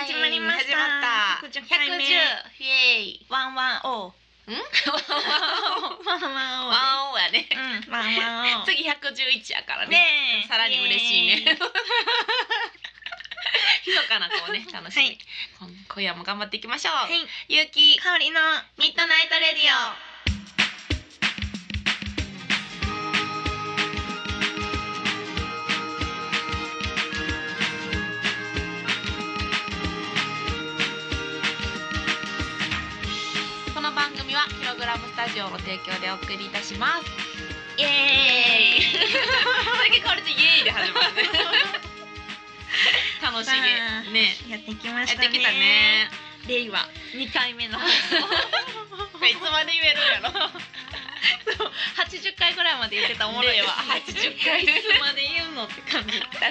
始まりました。 始まった。 110回目。 イエーイ。 ワンワンオー。 ワンワンワンオー。 ワンオやね。 ワンワンオー。 次111やからね。 ねえ。 さらに嬉しいね。密かなこうね楽しみ。今夜も頑張っていきましょう。 はい。 ゆうきかおりのミッドナイトレディオ。この番組はキログラムスタジオの提供でお送りいたします。 イエーイ。 それ結構あれでイエーイで始まるね。楽しげね。 やってきましたね。 やってきたね。 令和2回目の放送。 いつまで言えるやろ。 80回ぐらいまで言ってたおもろいわ。 80回いつまで言うのって感じ。 確か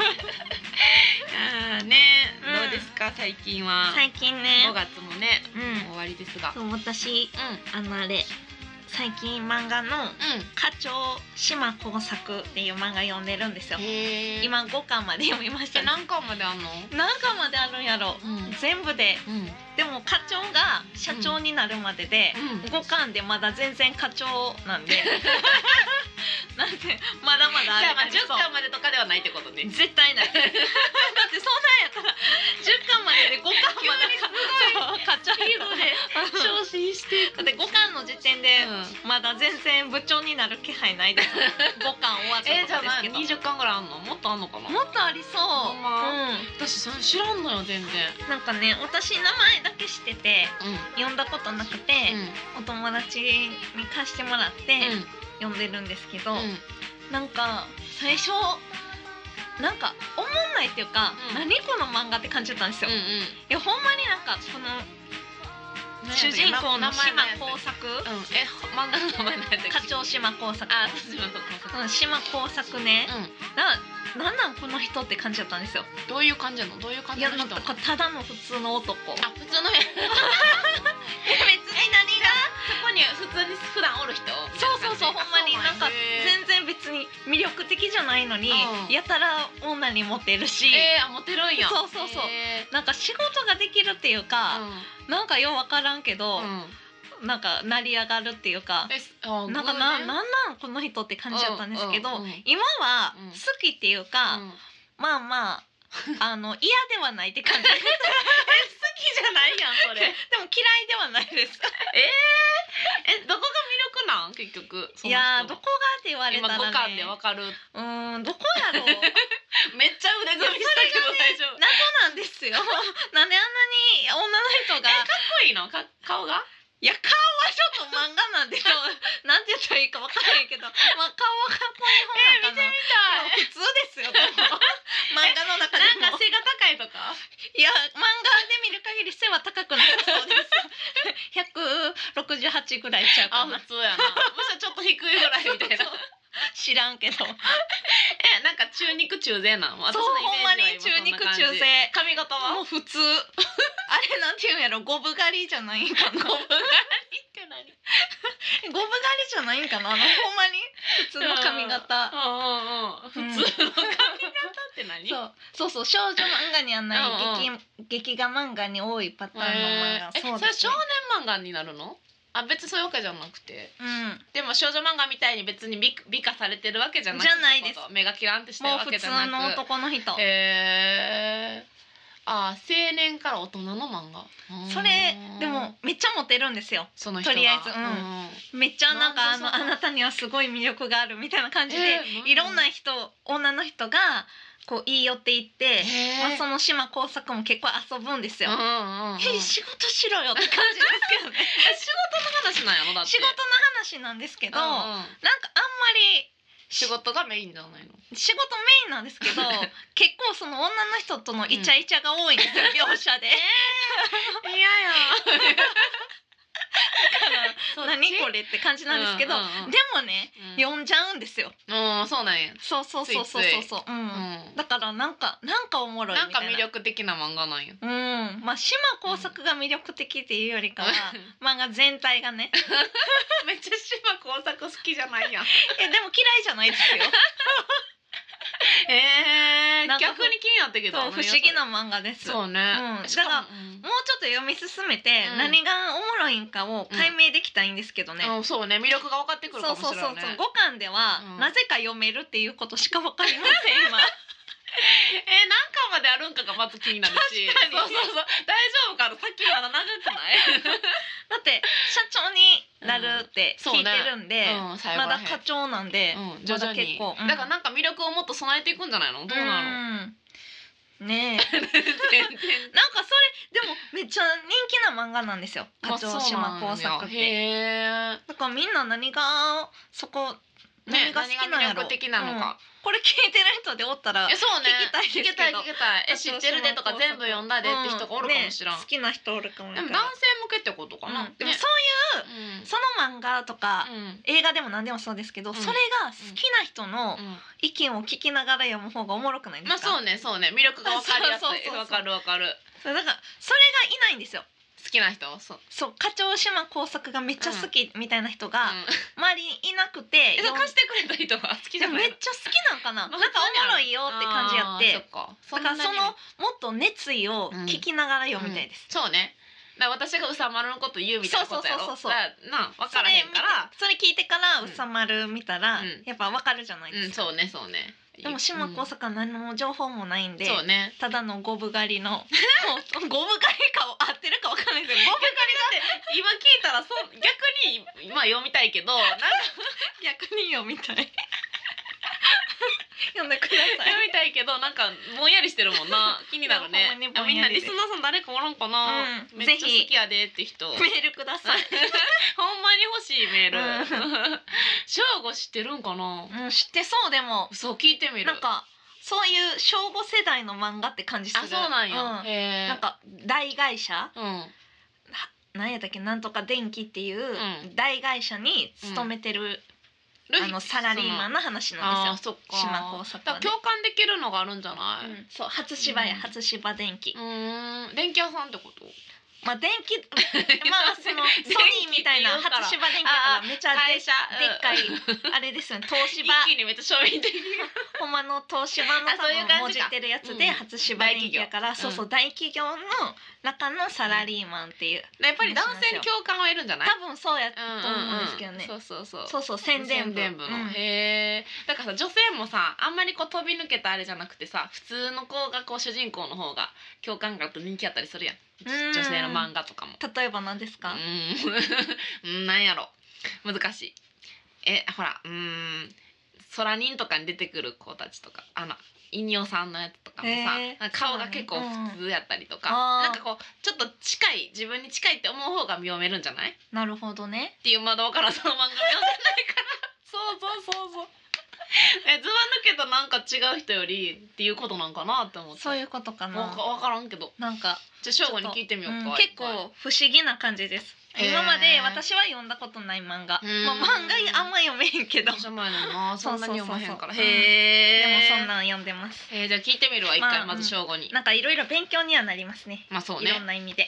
に。ね、どうですか最近は。 最近ね。 5月もね、終わりですが。 そう私あれ最近漫画の課長島耕作っていう漫画読んでるんですよ。今5巻まで読みました。 何巻まであんの？ 何巻まであるんやろ。全部で。でも課長が社長になるまでで5巻でまだ全然課長なんで。なんでまだまだある。 じゃあ10巻までとかではないってことね。 絶対ない。だってそんなんやったら10巻までで5巻まで課長で昇進していく。 だって5巻の時点でまだ全然部長になる気配ないです。5巻終わったとこですけど。 じゃあ20巻ぐらいあんの？もっとあんのかな？ もっとありそう。 私それ知らんのよ全然。 なんかね私名前だけ知ってて読んだことなくてお友達に貸してもらって読んでるんですけど、なんか最初なんかおもんないっていうか、何この漫画って感じだったんですよ。いやほんまになんかこの主人公の島耕作、 漫画の名前なんやったっけ？課長島耕作。島耕作ね。なんなんこの人って感じだったんですよ。 どういう感じなの？どういう感じの人？いやなんかただの普通の男。 普通の。別に何が？ そこに普通に普段おる人？ そうほんまになんか全然別に魅力的じゃないのにやたら女にモテるし。 モテるんや。 そうなんか仕事ができるっていうか、なんかようわからんけど。なんか成り上がるっていうか、なんかなんこの人って感じだったんですけど、今は好きっていうか、まあ嫌ではないって感じ。好きじゃないやんそれ。 でも嫌いではないです。 どこが魅力なん結局？ いやどこがって言われたらね。 今5巻でわかる。 どこやろう。 めっちゃ腕組みしたけど大丈夫。 謎なんですよ。なんであんなに女の人が。 かっこいいの？顔が？ いや顔はちょっと漫画なんでなんて言ったらいいかわからないけど、まあ顔はかっこいい方なんかな。見てみたい。普通ですよ。漫画の中でも。 なんか背が高いとか？ いや漫画で見る限り背は高くなさそうです。168ぐらいちゃうかな。 普通やな。むしろちょっと低いぐらいみたいな。 知らんけど。 なんか中肉中背なん？ そうほんまに中肉中背。 髪型は？ もう普通。あれなんていうんやろ、ゴブ狩りじゃないんかな。ゴブ狩りって何？ ゴブ狩りじゃないんかな。ほんまに普通の髪型。 普通の髪型って何？ そう少女漫画にはない劇画漫画に多いパターンの漫画。 それ少年漫画になるの？別にそういうわけじゃなくて、でも少女漫画みたいに別に美化されてるわけじゃなくて、じゃないです。目がキランってしてるわけじゃなく、 もう普通の男の人。 青年から大人の漫画。 それでもめっちゃモテるんですよ。 その人がとりあえず、めっちゃなんかあなたにはすごい魅力があるみたいな感じで、いろんな女の人がこう言い寄っていって、その島耕作も結構遊ぶんですよ。仕事しろよって感じですけどね。 仕事の話なんやろだって。 仕事の話なんですけど、なんかあんまり仕事がメインじゃないの？ 仕事メインなんですけど結構その女の人とのイチャイチャが多いんですよ、描写で。 嫌や。 何これって感じなんですけど、でもね読んじゃうんですよ。 そうなんや。 そうだからなんかおもろいみたいな。 なんか魅力的な漫画なんや。 まあ島耕作が魅力的っていうよりかは漫画全体がね。 めっちゃ島耕作好きじゃないやん。 でも嫌いじゃないですよ。 なんか逆に気になったけど、 不思議な漫画です。 そうね、 だからもうちょっと読み進めて、何がおもろいんかを解明できたいんですけどね。 そうね、魅力が分かってくるかもしれないね。 そう5巻ではなぜか読めるっていうことしか分かりません今。 何巻まであるんかがまず気になるし、そう大丈夫かな、先まだ長くないだって社長になるって聞いてるんで、まだ課長なんで、 徐々に結構、だからなんか魅力をもっと備えていくんじゃないの、どうなのねえなんかそれでもめっちゃ人気な漫画なんですよ、課長島工作って。だからみんな何が何が好きなんやろ、 何が魅力的なのか、 これ聞いてる人でおったら聞きたいですけど、 聞きたい知ってるでとか全部読んだでって人がおるかもしれん、 好きな人おるかも。 でも男性向けってことかな、 でもそういうその漫画とか映画でも何でもそうですけど、それが好きな人の意見を聞きながら読む方がおもろくないですか。 そうね魅力が分かりやすい。分かるだからそれがいないんですよ、 好きな人。 そう課長島工作がめっちゃ好きみたいな人が周りにいなくて、 貸してくれた人が好きじゃない、 めっちゃ好きなんかな、なんかおもろいよって感じやって、だからそのもっと熱意を聞きながら読みたいです。 そうね、だから私がうさまるのこと言うみたいなことやろ。分からへんからそれ聞いてからうさまる見たらやっぱ分かるじゃないですか。 そうねでも島工作は何の情報もないんで、ただのゴブ狩りのゴブ狩りか合ってるか分からないですけど、ゴブ狩りだって今聞いたら逆に読みたいけど、なんか逆に読みたい読んでください。 読みたいけどなんかぼんやりしてるもんな。気になるね。みんなリスナーさん誰かおらんかな、めっちゃ好きやでって人メールくださいほんまに欲しいメール。正吾知ってるんかな。 知ってそう。でもそう聞いてみる。 なんかそういう正午世代の漫画って感じする。 そうなんや。 なんか大会社、なんやったっけ、なんとか電気っていう大会社に勤めてるサラリーマンの話なんですよ。島工作はね。 共感できるのがあるんじゃない？ そう、初芝電気。 電気屋さんってこと？ まあ電気そのソニーみたいな初芝電気だからめちゃでっかいあれですよね、東芝。 一気にめっちゃ庶民的。 ほんまの東芝の多分もじってるやつで初芝電気やから、そう大企業の中のサラリーマンっていう。 やっぱり男性に共感を得るんじゃない？ 多分そうやと思うんですけどね。そう宣伝部の。へえ。だからさ、女性もさ、あんまり飛び抜けたあれじゃなくてさ、普通の子が主人公の方が共感があって人気あったりするやん。女性の漫画とかも。 例えば何ですか？ なんやろ、難しい。ほら、空人とかに出てくる子たちとか、イニオさんのやつとかもさ、顔が結構普通やったりとか、なんかちょっと自分に近いって思う方が読めるんじゃない？ なるほどね。 っていう、まだ分からん、その漫画読んでないからそうズバ抜けたなんか違う人よりっていうことなんかなって思って。 そういうことかな。 分からんけど、 なんかじゃあ正吾に聞いてみようか。 結構不思議な感じです。今まで私は読んだことない漫画、漫画あんま読めへんけど、 そんなに読まへんから。 でもそんなん読んでます。 じゃあ聞いてみるわ、一回まず正吾に。 なんかいろいろ勉強にはなりますね。 そうね、 いろんな意味で。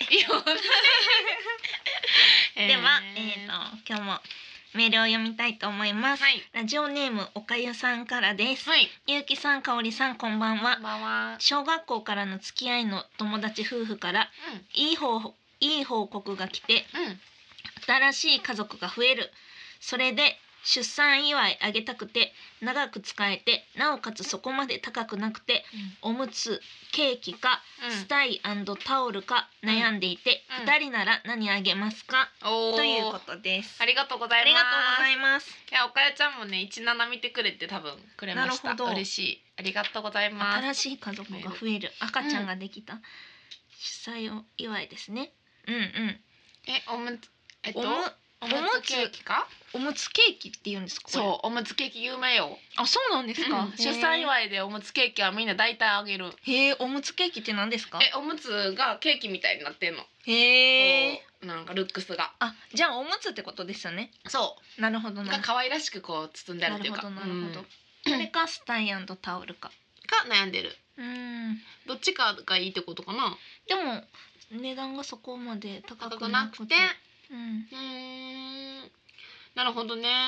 では今日もメールを読みたいと思います。ラジオネームおかゆさんからです。ゆうきさん、かおりさん、こんばんは。小学校からの付き合いの友達夫婦からいい報告が来て、新しい家族が増える。それで出産祝いあげたくて長く使えて、なおかつそこまで高くなくて、おむつ、ケーキか、スタイ&タオルか悩んでいて、2人なら何あげますか、ということです。 ありがとうございます。いや、おかゆちゃんもね、17見てくれて多分くれました。嬉しい。ありがとうございます。 新しい家族が増える、赤ちゃんができた、出産祝いですね。 おむつケーキか？ おむつケーキって言うんですか？ そう、おむつケーキ有名よ。 あ、そうなんですか？ 出産祝いでおむつケーキはみんな大体あげる。 へえ、おむつケーキって何ですか？ おむつがケーキみたいになってんの。 へえ。 なんかルックスが。 じゃあおむつってことですよね。 そう。 なるほどな。 可愛らしく包んであるっていうか。 なるほど。これかスタイ&タオルか。 悩んでる。どっちかがいいってことかな。 でも値段がそこまで高くなくて。なるほどね。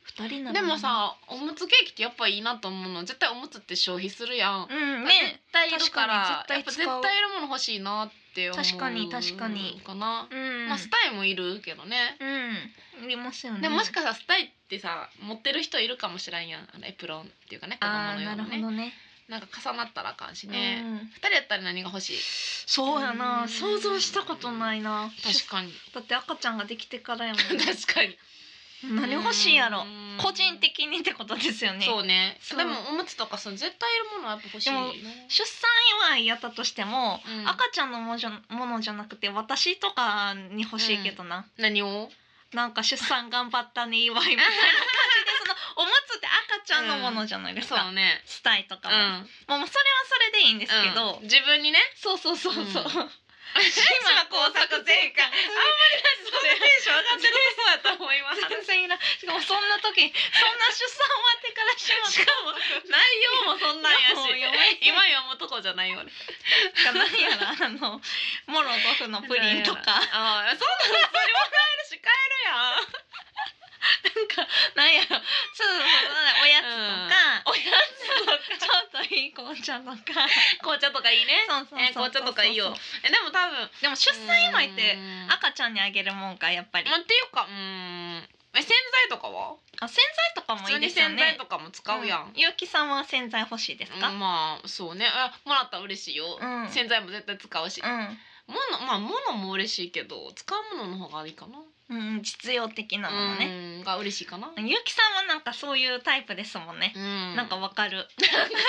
2人ならでもさおむつケーキってやっぱいいなと思うの。絶対おむつって消費するやん、 うん絶ね、 対いるからやっぱ確かに絶対いるもの欲しいなって思う確かに確かにかな、 うんまあスタイもいるけどね、 うんいりますよね。 でももしかしたらスタイってさ持ってる人いるかもしれんやん、エプロンっていうかね子供あーなのようなねるほどね。 なんか重なったらあかんしね、 うん 2人やったら何が欲しい？ そうやな、想像したことないな。 確かにだって赤ちゃんができてからやもん確かに何欲しいやろ、 うん個人的にってことですよね。 そうね。 そうでもおむつとかさ絶対いるものはやっぱ欲しいな。 でも出産祝いやったとしても、 うん赤ちゃんのものじゃなくて私とかに欲しいけどな、 何を？ なんか出産頑張ったね祝いみたいな感じでそのおむつって赤ちゃんのものじゃないですか、 そうね。 スタイとかも、 うん。 もうそれはそれでいいんですけど、 自分にね。 そうそうそうそう、 うん今工作全開あんまりそんなテンション上がってるそうやと思います。 全然いらん。しかもそんな時そんな出産終わってからしましかも内容もそんなんやしもう読め今読むとこじゃないよね。 か何やらモロトフのプリンとかああそんなのそれも買えるし買えるやん。 なんか何やろそうおやつとか、 おやつとかちょっといい紅茶とか紅茶とかいいね。 そうそうそう紅茶とかいいよ。でも多分でも出産祝いってうん赤ちゃんにあげるもんかやっぱり。 まあっていうか洗剤とかはあ洗剤とかもいいですよね。 普通に洗剤とかも使うやん、 ゆうきさんは洗剤欲しいですか？ まあそうねもらったら嬉しいよ、 うん洗剤も絶対使うし、 うん物も嬉しいけど使うものの方がいいかな、 うん、実用的なものね。 が嬉しいかな、 ゆうきさんはなんかそういうタイプですもんね。なんかわかる。 かおりちゃんは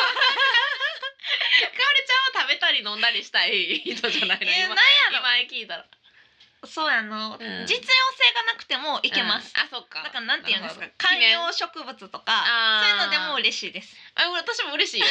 食べたり飲んだりしたい人じゃないの今なんやろ今聞いたらそうや実用性がなくてもいけます。 あそっかだからなんていうんですかなるほど観葉植物とかあーそういうのでも嬉しいです。 私も嬉しいよ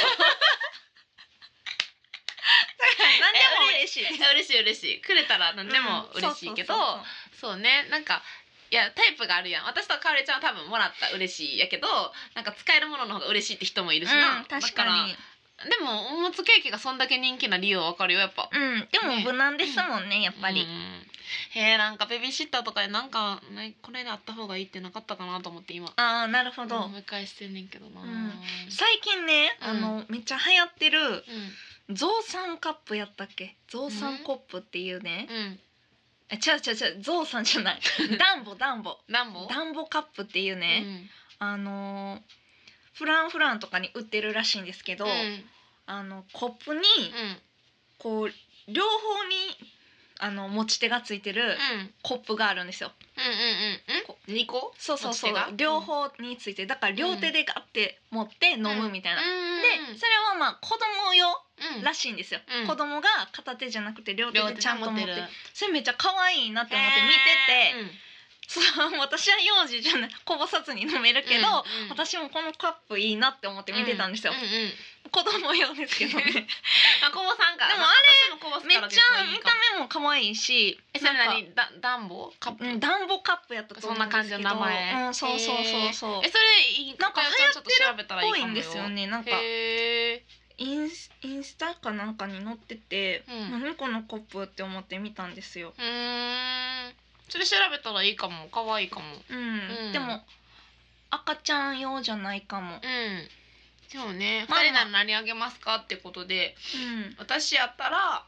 何でも嬉しいです。 嬉しい嬉しいくれたら何でも嬉しいけど、そうねなんかいやタイプがあるやん。私とかおりちゃんは多分もらった嬉しいやけどなんか使えるものの方が嬉しいって人もいるしな、 確かに。 でもおむつケーキがそんだけ人気な理由はわかるよやっぱ。 でも無難ですもんねやっぱり。 なんかベビーシッターとかでなんかこれであった方がいいってなかったかなと思って今ああなるほど。 思い返してんねんけどな、 最近ねめっちゃ流行ってるうんゾウさんカップやったっけ、ゾウさんコップっていうね、 うん違うゾウさんじゃないダンボ暖房カップっていうね、フランとかに売ってるらしいんですけど、コップにこう両方に持ち手がついてるコップがあるんですよ。 2個そう持ち手が両方についてだから両手でガッて持って飲むみたいな。でそれはまあ子供用らしいんですよ。子供が片手じゃなくて両手でちゃんと持って、それめっちゃ可愛いなって思って見てて。私は幼児じゃないこぼさずに飲めるけど、私もこのカップいいなって思って見てたんですよ。子供用ですけどね。 こぼさんか。 でもあれめっちゃ見た目も可愛いし、 それ何暖房カップ？ 暖房カップやったと思うんですけど。そんな感じの名前。そう。 それいいなんか流行ってるっぽいんですよね。なんかインスタかなんかに載ってて、何このコップって思って見たんですよ。 それ調べたらいいかも、可愛いかも。 でも赤ちゃん用じゃないかも。 そうね。2人なら何あげますかってことで、私やったら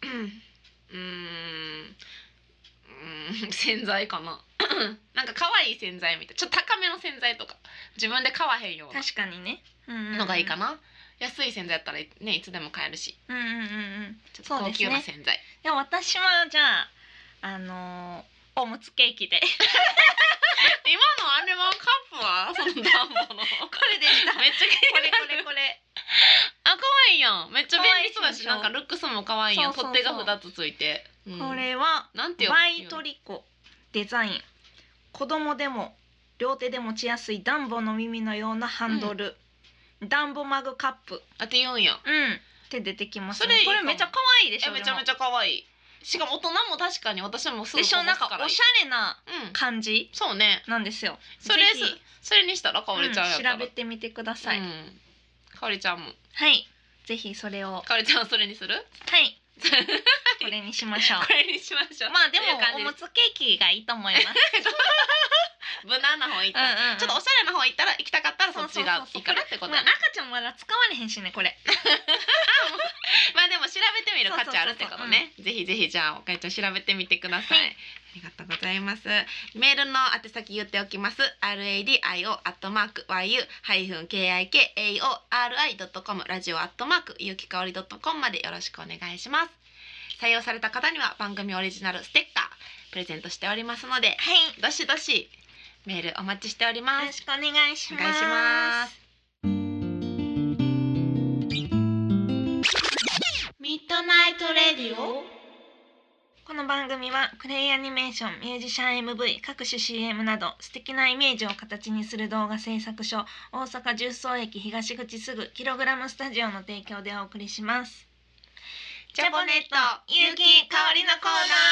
洗剤かな。なんか可愛い洗剤みたいな、ちょっと高めの洗剤とか自分で買わへんような確かにねのがいいかな。安い洗剤やったらねいつでも買えるし、ちょっと高級な洗剤。 でも私はじゃあおむつケーキで今のあれはカップはその暖房のこれでした。 めっちゃこれ可愛いやん。めっちゃ便利そうだし、なんかルックスも可愛いやん。取っ手が2つついて、 これはバイトリコデザイン。子供でも両手で持ちやすいダンボの耳のようなハンドル、ダンボマグカップって言うんや。 って出てきますね。これめっちゃ可愛いでしょ。 めちゃめちゃ可愛い。しかも大人も確かに私もすぐでしょ。なんかおしゃれな感じそうねなんですよ。 それにしたらかおりちゃんやったら調べてみてください。 かおりちゃんもはいぜひそれを。 かおりちゃんはそれにする？ はいこれにしましょう。 これにしましょう。 まあでもおむつケーキがいいと思います。 無難な方行ったら、ちょっとおしゃれな方行ったら行きたかったらそっちがいいかなってことだね。 赤ちゃんまだ使われへんしねこれ。 まあでも調べてみる価値あるってことね。ぜひぜひじゃあおかえちゃん調べてみてください。ありがとうございます。メールの宛先言っておきます。radio@yu-kikaori.com ラジオゆきかおり .com までよろしくお願いします。採用された方には番組オリジナルステッカープレゼントしておりますので、どしどしメールお待ちしております。 よろしくお願いします。 お願いします。ミッドナイトレディオ。 この番組はクレイアニメーション、ミュージシャン MV、各種 CM など素敵なイメージを形にする動画制作所、大阪十三駅東口すぐキログラムスタジオの提供でお送りします。 ジャポネットゆきかおりのコー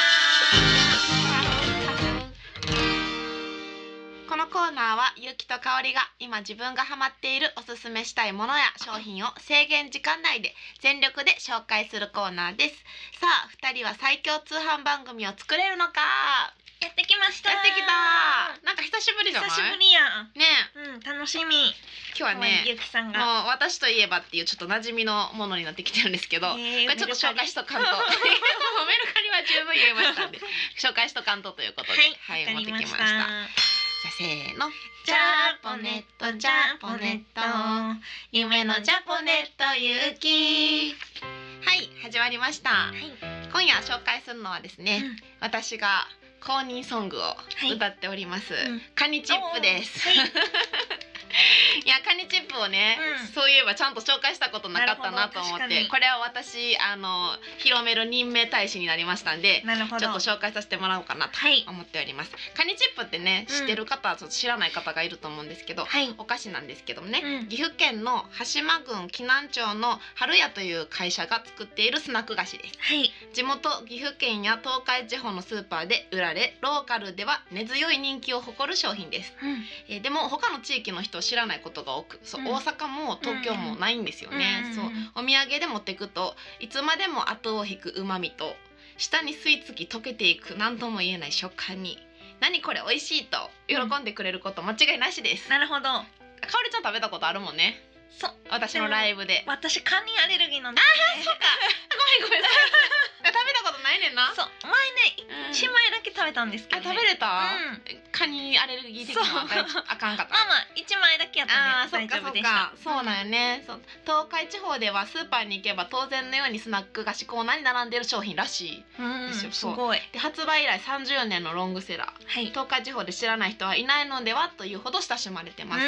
ナー。このコーナーはゆきとかおりが今自分がハマっているおすすめしたいものや商品を制限時間内で全力で紹介するコーナーです。さあ2人は最強通販番組を作れるのか。 やってきました。 やってきた。なんか久しぶりじゃない？ 久しぶりやね。 楽しみ。 今日はね、 ゆきさんがもう私といえばっていうちょっと馴染みのものになってきてるんですけど、これちょっと紹介しとかんとメルカリは十分言えましたんで紹介しとかんとということで、持ってきました。じゃあせーの。 ジャポネットジャポネット夢のジャポネットゆき。 はい、始まりました。今夜紹介するのはですね、私が公認ソングを歌っております、カニチップです。いやカニチップをね、そういえばちゃんと紹介したことなかったなと思って、これは私広める任命大使になりましたんで、ちょっと紹介させてもらおうかなと思っております。カニチップってね、知ってる方はちょっと知らない方がいると思うんですけど、お菓子なんですけどもね、岐阜県の羽島郡岐南町の春屋という会社が作っているスナック菓子です。地元岐阜県や東海地方のスーパーで売られ、ローカルでは根強い人気を誇る商品です。でも他の地域の人知らないことが多く、大阪も東京もないんですよね。お土産で持っていくといつまでも後を引く旨味と舌に吸い付き溶けていく何とも言えない食感に、何これ美味しいと喜んでくれること間違いなしです。 なるほど。 かおりちゃん食べたことあるもんね。そう、私のライブで。 私カニアレルギーなんで。 そうか。ごめん食べたことないねんな。 そう、前ね1枚だけ食べたんですけど。 食べれた？カニアレルギー的なあかんかった。 まあ1枚だけやったんで大丈夫でした。 そうなんよね。東海地方ではスーパーに行けば当然のようにスナック菓子コーナーに並んでる商品らしいですよ。 すごい。 で発売以来30年のロングセラー。東海地方で知らない人はいないのではというほど親しまれてます。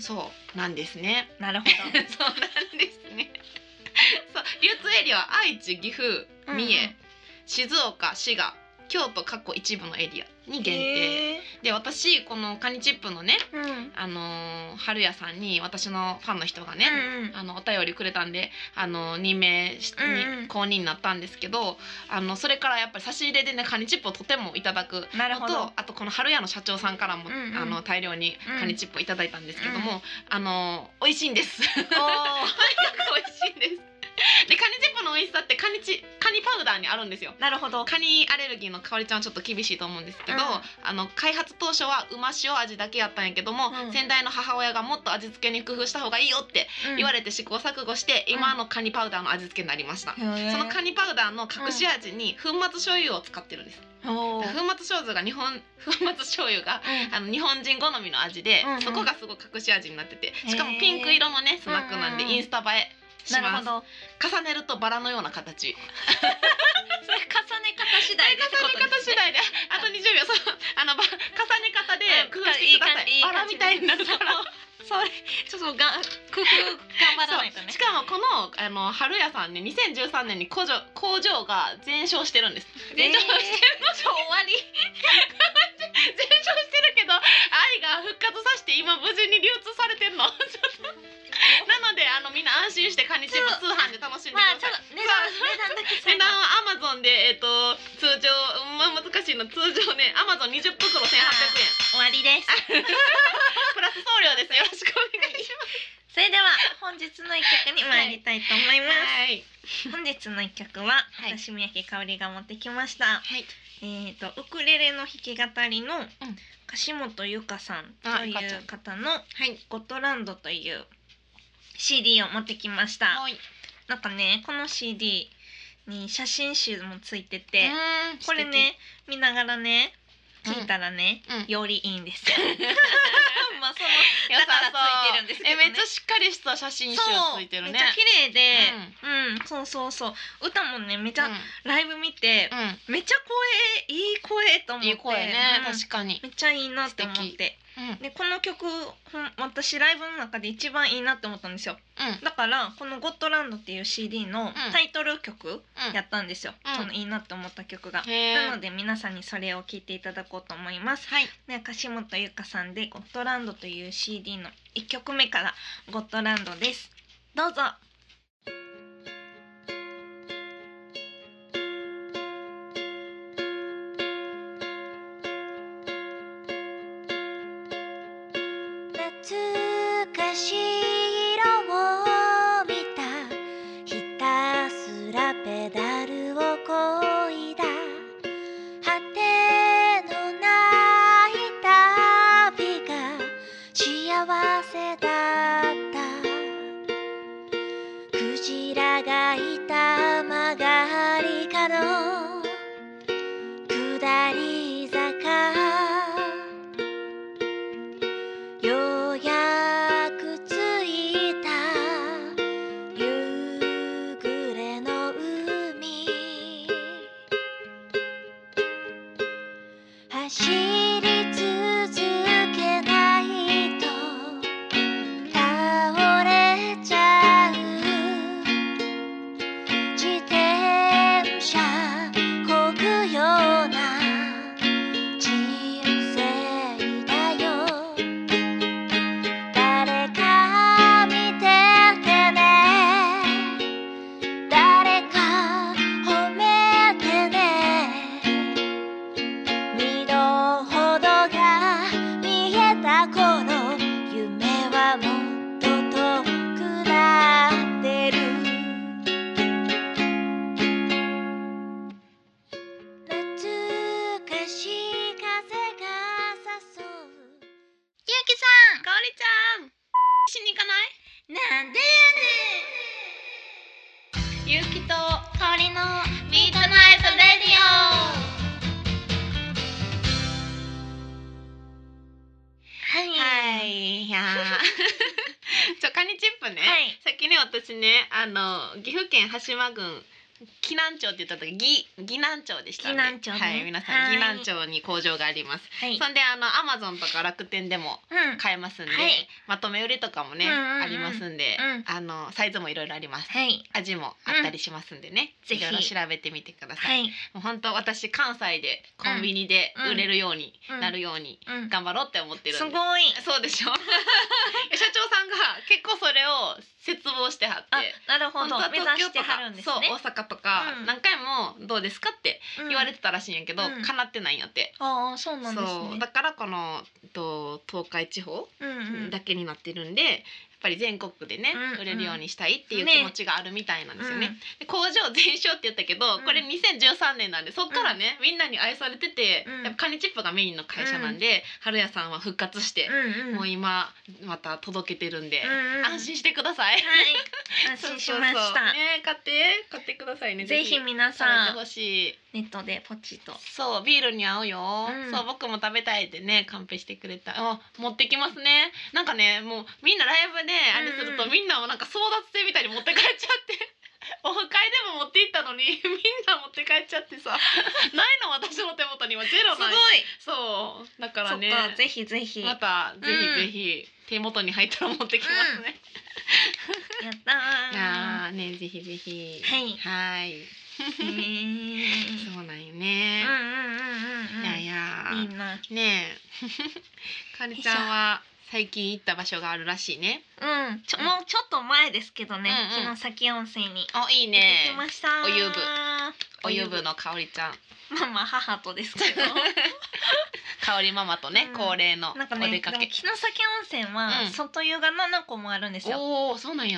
そうなんですね。 なるほど。 そうなんですね。そう流通エリアは愛知、岐阜、三重、静岡、滋賀、京都一部のエリアに限定で、私このカニチップのね、春屋さんに私のファンの人がね、お便りくれたんで任命に公認になったんですけど、それからやっぱり差し入れでねカニチップをとてもいただくのと、あとこの春屋の社長さんからも大量にカニチップをいただいたんですけども、美味しいんです。とにかく美味しいんです。でカニチップの美味しさってカニパウダーにあるんですよ。 なるほど。 カニアレルギーのかおりちゃんはちょっと厳しいと思うんですけど、開発当初はうま塩味だけやったんやけども、先代の母親がもっと味付けに工夫した方がいいよって言われて試行錯誤して、今のカニパウダーの味付けになりました。そのカニパウダーの隠し味に粉末醤油を使ってるんです。粉末醤油が日本人好みの味で、そこがすごい隠し味になってて、しかもピンク色のねスナックなんでインスタ映えします。重ねるとバラのような形。それ重ね方次第でってことですね。 あと20秒。重ね方で工夫してください。バラみたいになるから。 それちょっと工夫頑張らないとね。 しかもこの春屋さんね、2013年に工場が全焼してるんです。全焼してるの。終わり。全焼してるけど愛が復活させて今無事に流通されてんの。なのでみんな安心してカニチップ通販で楽しんでください。値段はアマゾンで通常難しいの。通常ねアマゾン20袋1800円。 終わりです。 プラス送料です。よろしくお願いします。 それでは本日の一曲に参りたいと思います。本日の一曲は私三宅かおりが持ってきました。 ウクレレの弾き語りの樫本ゆかさんという方のゴットランドという CD を持ってきました。なんかね、この CD に写真集もついてて、これね見ながらね聞いたらね、よりいいんですよ。まあそのだからついてるんですけどね。 めっちゃしっかりした写真集ついてるね。 めっちゃ綺麗で、そう歌もねめっちゃライブ見て、めっちゃいい声と思って。いい声ね、確かに。めっちゃいいなって思って。でこの曲私ライブの中で一番いいなって思ったんですよ。だからこのゴットランドっていう CD のタイトル曲やったんですよ。そのいいなって思った曲が。なので皆さんにそれを聴いていただこうと思います。ね、樫本ゆかさんでゴットランドという CD の1曲目からゴットランドです。どうぞ。 懐かしい色を見た、ひたすらペダルをこいだ、果てのない旅が幸せだった。クジラがいた曲がり角、下り坂、ようやく着いた夕暮れの海、走り続けないと倒れちゃう、自転車漕ぐような人生だよ。誰か見ててね、誰か褒めてね、身の程が見えた頃、夢はもっと遠くなってる。懐かしい風が誘う。 ゆうきさん、かおりちゃん、しに行かない？ なんでゆうきとかおりのミートナイトレディオ。いやカニチップね、さっきね私ね岐阜県羽島郡岐南町って言った時岐南町でしたね。 岐南町ね、 はい、皆さん岐南町に工場があります。そんでアマゾンとか楽天でも買えますんで、まとめ売りとかもねありますんで、サイズもいろいろあります。味もあったりしますんでね、いろいろ調べてみてください。もう本当私関西でコンビニで売れるようになるように頑張ろうって思ってるんで。 すごい。 そうでしょ。社長さんが結構それを切望してはって、 なるほど、目指してはるんですね。 そう、大阪とか何回もどうですかって言われてたらしいんやけど、叶ってないんやって。 ああ、そうなんですね。 そうだからこの東海地方だけになってるんで、やっぱり全国でね売れるようにしたいっていう気持ちがあるみたいなんですよね。で工場全焼って言ったけど、これ2013年なんでそっからねみんなに愛されてて、やっぱカニチップがメインの会社なんで、春屋さんは復活して、もう今また届けてるんで、安心してください。 安心しました。 ね、買ってくださいね。 ぜひ皆さん食べてほしい。 ネットでポチッと。 そうビールに合うよ。そう僕も食べたいってねカンペしてくれた。持ってきますね。なんかねもうみんなライブであれすると、みんなもなんか争奪戦みたいに持って帰っちゃって。オフ会でも持って行ったのにみんな持って帰っちゃってさ、ないの私の手元にはゼロない。すごい。そうだからね、 ぜひぜひまたぜひぜひ手元に入ったら持ってきますね。 やったー。 いやね、ぜひぜひ。はい。そうなんよね。いやいいな。 ねえ、かりちゃんは最近行った場所があるらしいね。 もうちょっと前ですけどね、城崎温泉にいいね。 行きました。 お湯部のかおりちゃん。 まあ母とですけど。 かおりママとね、恒例のお出かけ。 城崎温泉は外湯が7個もあるんですよ。 おお、そうなんや。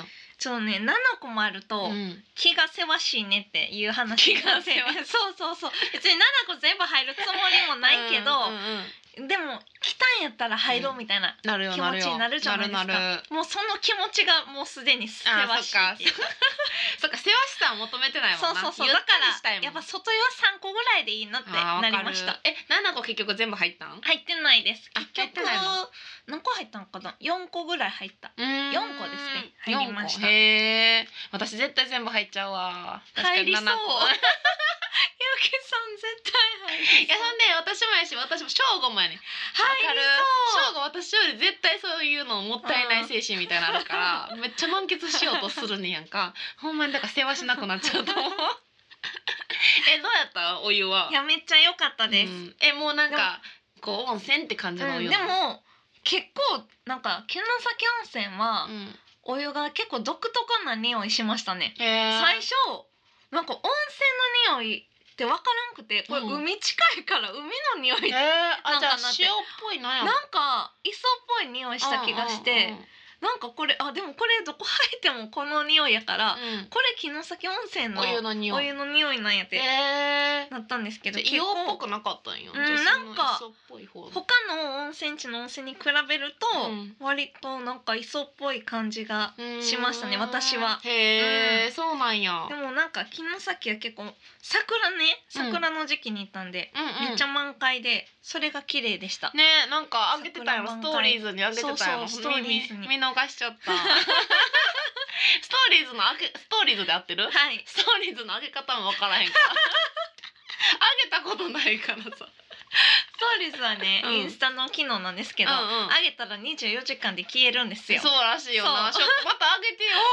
ちょっとね7個もあると、気がせわしいねっていう話になって、そう別に7個全部入るつもりもないけど、でも来たんやったら入ろうみたいな気持ちになるじゃないですか。もうその気持ちがもうすでにせわしいっていうかそっか、せわしさは求めてないもんな。 そうだからやっぱ外湯は3個ぐらいでいいなってなりました。 7個結局全部入ったん？ 入ってないです。結局何個入ったのかな。4個ぐらい入った。4個ですね。入りました。 へえ。私絶対全部入っちゃうわ。 入りそう。ゆきさん絶対入りそう。 いや、ほんで私もやし、私も正午もやねん。 入りそう。正午私より絶対そういうのもったいない精神みたいなのあるから、めっちゃ満喫しようとするねやんか。ほんまにだから世話しなくなっちゃうと思う。どうやったお湯は？ いや、めっちゃ良かったです。 もうなんかこう温泉って感じのお湯。 でも結構なんか城崎温泉は、お湯が結構独特な匂いしましたね。最初なんか温泉の匂いって分からんくて、これ海近いから海の匂いなんかなって、 塩っぽいなんか磯っぽい匂いした気がして、なんかこれでもこれどこ入ってもこの匂いやから、これ城崎温泉のお湯の匂いなんやってなったんですけど、 硫黄っぽくなかったんよ。 なんか他の温泉地の温泉に比べると、割となんか磯っぽい感じがしましたね、私は。 へえ、そうなんや。 でもなんか城崎は結構桜の時期に行ったんで、めっちゃ満開でそれが綺麗でしたね。なんか上げてたよ、ストーリーズに上げてたよ。 ストーリーズに見逃しちゃったストーリーズで合ってる？ はい。 ストーリーズの上げ方もわからへんから上げたことないからさ。 ストーリーズはね、インスタの機能なんですけど、上げたら24時間で消えるんですよ。 そうらしいよな。また上げてよ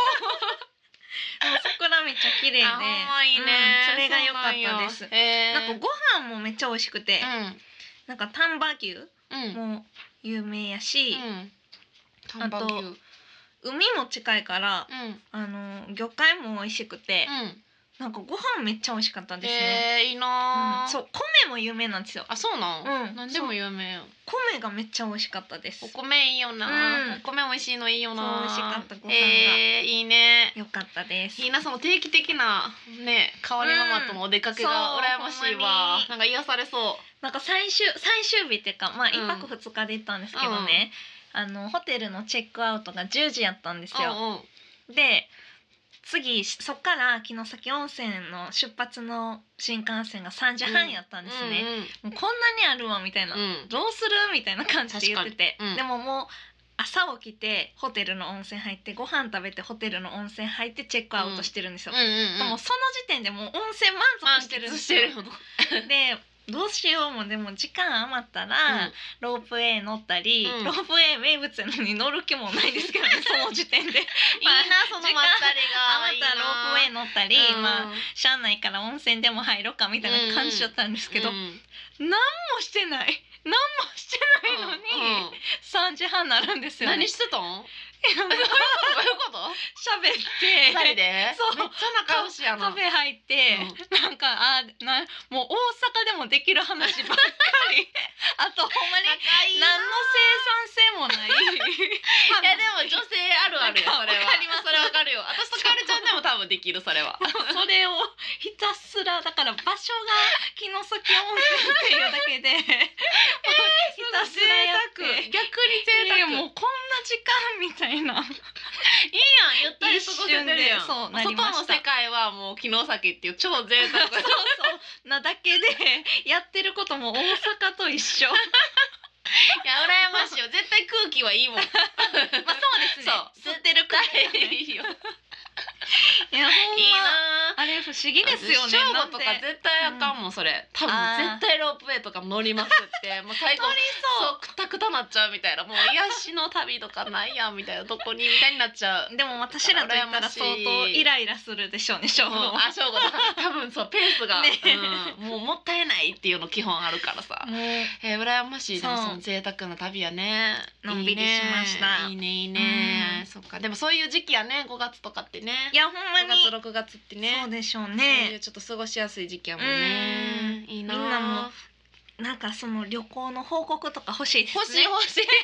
桜めっちゃ綺麗で、 いいね。 それが良かったです。なんかご飯もめっちゃ美味しくて、なんか丹波牛も有名やし、あと海も近いから、魚介も美味しくて、なんかご飯めっちゃ美味しかったですね。 いいな。 そう、米も有名なんですよ。 あ、そうなん？なんでも有名よ。 米がめっちゃ美味しかったです。 お米いいよな。お米美味しいのいいよな。 美味しかったご飯が。 いいね。 良かったです。 いいな、その定期的なね、変わりママとのお出かけが羨ましいわ。なんか癒されそう。なんか最終日っていうか、まあ1泊2日で行ったんですけどね。ホテルのチェックアウトが10時やったんですよ。で、次そっから城崎温泉の出発の新幹線が3時半やったんですね。もうこんなにあるわみたいな、どうするみたいな感じで言ってて、でももう朝起きてホテルの温泉入ってご飯食べてホテルの温泉入ってチェックアウトしてるんですよ。でもその時点でもう温泉満足してるんですよ。でどうしようもでも時間余ったら、ロープウェイ乗ったり、ロープウェイ名物なのに乗る気もないですけどねその時点でいいな、そのまったりが余ったらロープウェイ乗ったり、まあしゃあないから温泉でも入ろうかみたいな感じだったんですけど、何もしてないのに、3時半なるんですよね。 何してたん？どういうこと？ 喋って 2人でそうめっちゃ仲良しやな。 カフェ入って、なんかもう大阪でもできる話ばっかりあとほんまに何の生産性もないいやでも女性あるあるよ、それは。それわかるよ。私とかおりちゃんでも多分できる、それは。 それをひたすらだから場所が城崎温泉っていうだけでひたすらやって、 逆に贅沢。 もうこんな時間みたいな。いいやん、 ゆったり過ごせてるやん。 そうなりました。 外の世界はもう城崎っていう超贅沢そうなだけでやってることも大阪と一緒。いや羨ましいよ。絶対空気はいいもん。まあそうですね。吸ってるからいいよ。いやほんまいいな。あれ不思議ですよね。 正午とか絶対あかんもんそれ。多分絶対ロープウェイとか乗りますってもう最後そうくたくたなっちゃうみたいな、もう癒しの旅とかないやんみたいな、どこにみたいになっちゃう。 でも私らと言ったら相当イライラするでしょうね、正午。 正午多分そうペースがもうもったいないっていうの基本あるからさ。羨ましい。でもその贅沢な旅やね。 のんびりしました。 いいねいいね。そっか、でもそういう時期やね、5月とかってね。 いやほんまに 5月6月ってね。 そうでしょうね。 そういうちょっと過ごしやすい時期やもんね。いいな。 みんなもなんかその旅行の報告とか欲しいですね。 欲しい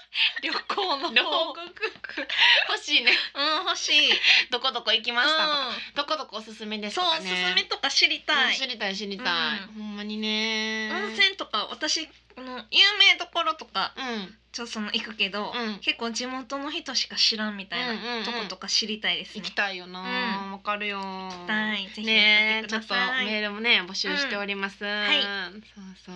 旅行の報告欲しいね。 欲しい。 どこどこ行きましたとか、どこどこおすすめですとかね。 そう、おすすめとか知りたい。 知りたい。ほんまにね。 温泉とか私有名どころとかちょっと行くけど、結構地元の人しか知らんみたいなとことか知りたいですね。 行きたいよな。わかるよ。 行きたい。ぜひね、ちょっとメールもね募集しております。はい。そう。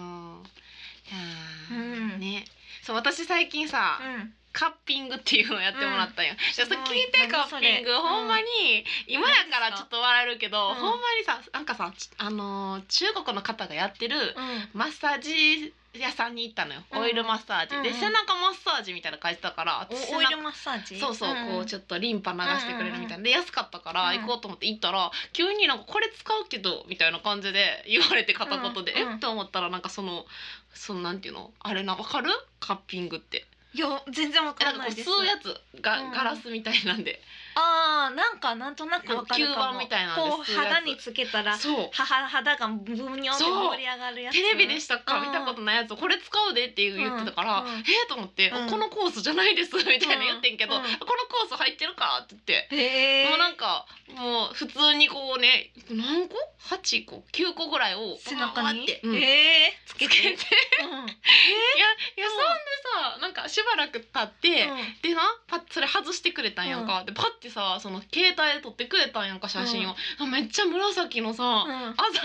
ね、そう私最近さ。カッピングっていうのをやってもらったんよ。それ聞いてカッピングほんまに今やからちょっと笑えるけど、ほんまにさなんかさ中国の方がやってるマッサージ屋さんに行ったのよ。オイルマッサージで背中マッサージみたいな書いてたから、 オイルマッサージそうこうちょっとリンパ流してくれるみたいなで安かったから行こうと思って行ったら急になんかこれ使うけどみたいな感じで言われて片言でって思ったらなんかそのなんていうのあれなわかるカッピングって。 いや全然わかんないです。 吸うやつがガラスみたいなんで、 なんとなくわかるかも。 吸盤みたいなんでこう肌につけたら肌がブニョンって盛り上がるやつ。 テレビでしたか見たことないやつこれ使うでって言ってたからと思ってこのコースじゃないですみたいな言ってんけどこのコース入ってるかって言ってもうなんかもう普通にこうね何個8個9個ぐらいを背中につけていやそんでさなんかしばらく経ってでなパッそれ外してくれたんやんかでパッてさその携帯で撮ってくれたんやんか写真をめっちゃ紫のさあざみたいなんがさ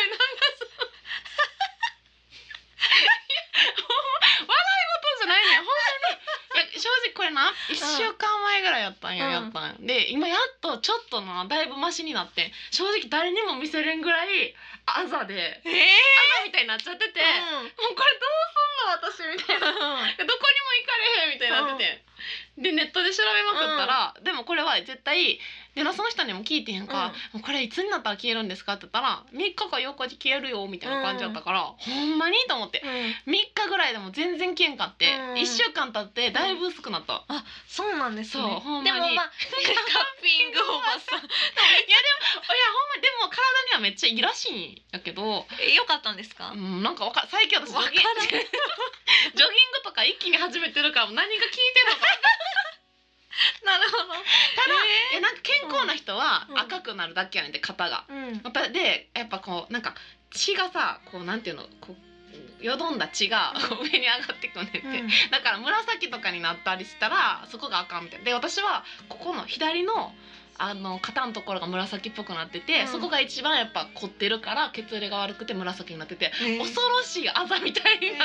笑い事じゃないねんほんまに正直これな1週間前ぐらいやったんやったんで今やっとちょっとなだいぶマシになって正直誰にも見せれんぐらいあざであざみたいになっちゃっててもうこれどうすんの私みたいなどこにも行かれへんみたいになっててでネットで調べまくったらでもこれは絶対でその人にも聞いてへんかこれいつになったら消えるんですかって言ったら3日か4日で消えるよみたいな感じだったからほんまにと思って3日ぐらいでも全然消えんかって1週間経ってだいぶ薄くなった。 あ、そうなんですね。 そうほんまにでもカッピングおばさんいやでもほんまでも体にはめっちゃいいらしいんやけどよかったんですか？ なんか最近私ジョギングとか一気に始めてるから何が効いてるのかなるほど。 ただなんか健康な人は赤くなるだけやねんで肩が。でやっぱこうなんか血がさこうなんていうのこうよどんだ血が上に上がってくんねんって、だから紫とかになったりしたらそこがあかんみたいな。で私はここの左の肩のところが紫っぽくなってて、そこが一番やっぱ凝ってるから血流が悪くて紫になってて、恐ろしいあざみたいになって、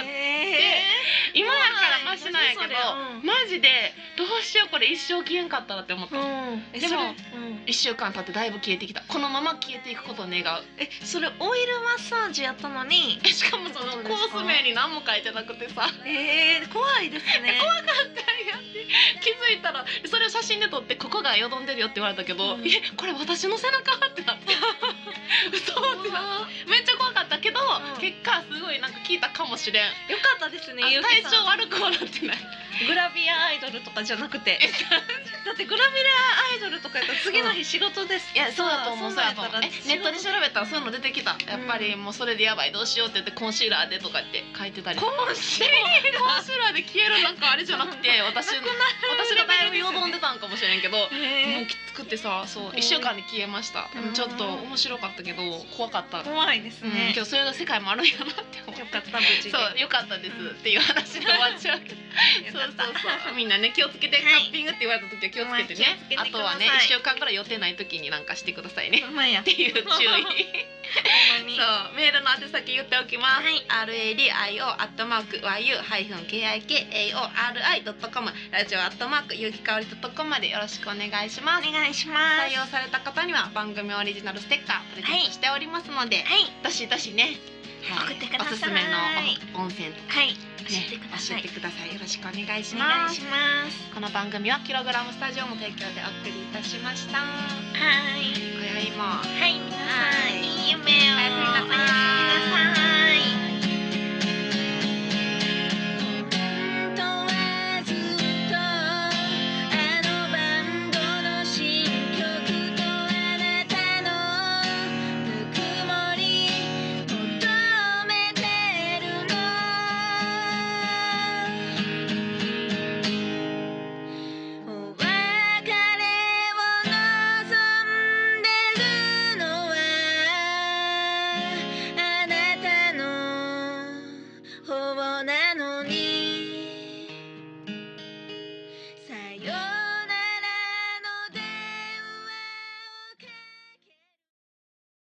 今やからマシなんやけど、マジでどうしようこれ一生消えんかったらって思った。でも1週間経ってだいぶ消えてきた。このまま消えていくことを願う。 それオイルマッサージやったのにしかもそのコース名に何も書いてなくてさ怖いですね。 怖かったんやって気づいたらそれを写真で撮ってここがよどんでるよって言われたけど、これ私の背中ってなって嘘ってめっちゃ怖かったけど、結果すごいなんか効いたかもしれん。 よかったですね。 体調悪くはなってない。 グラビアアイドルとかじゃなくてだってグラビアアイドルとかやったら次の日仕事です。 いやそうだと思う。そうやと思う。ネットで調べたらそういうの出てきた。やっぱりもうそれでやばいどうしようって言ってコンシーラーでとかって書いてたり。コンシーラーで消えるなんかあれじゃなくて私がだいぶよどんでたんかもしれんけど、もうきつくってさそう1週間で消えました。ちょっと面白かったけど怖かった。 怖いですね。 今日そういう世界もあるんやなって思う。 よかった無事で。 そうよかったですっていう話で終わっちゃうけど。そうみんなね気をつけて、カッピングって言われた時は気をつけてね。あとはね1週間から予定ない時になんかしてくださいねっていう注意。そうメールの宛先言っておきます。radio@yu-kikaori.com ラジオゆうきかおり.com までよろしくお願いします。 お願いします。 採用された方には番組オリジナルステッカープレゼントしておりますので、どしどしね送ってください。 おすすめの温泉とか教えてください。よろしくお願いします。この番組はキログラムスタジオの提供でお送りいたしました。今宵も皆さんいい夢を。おやすみなさい。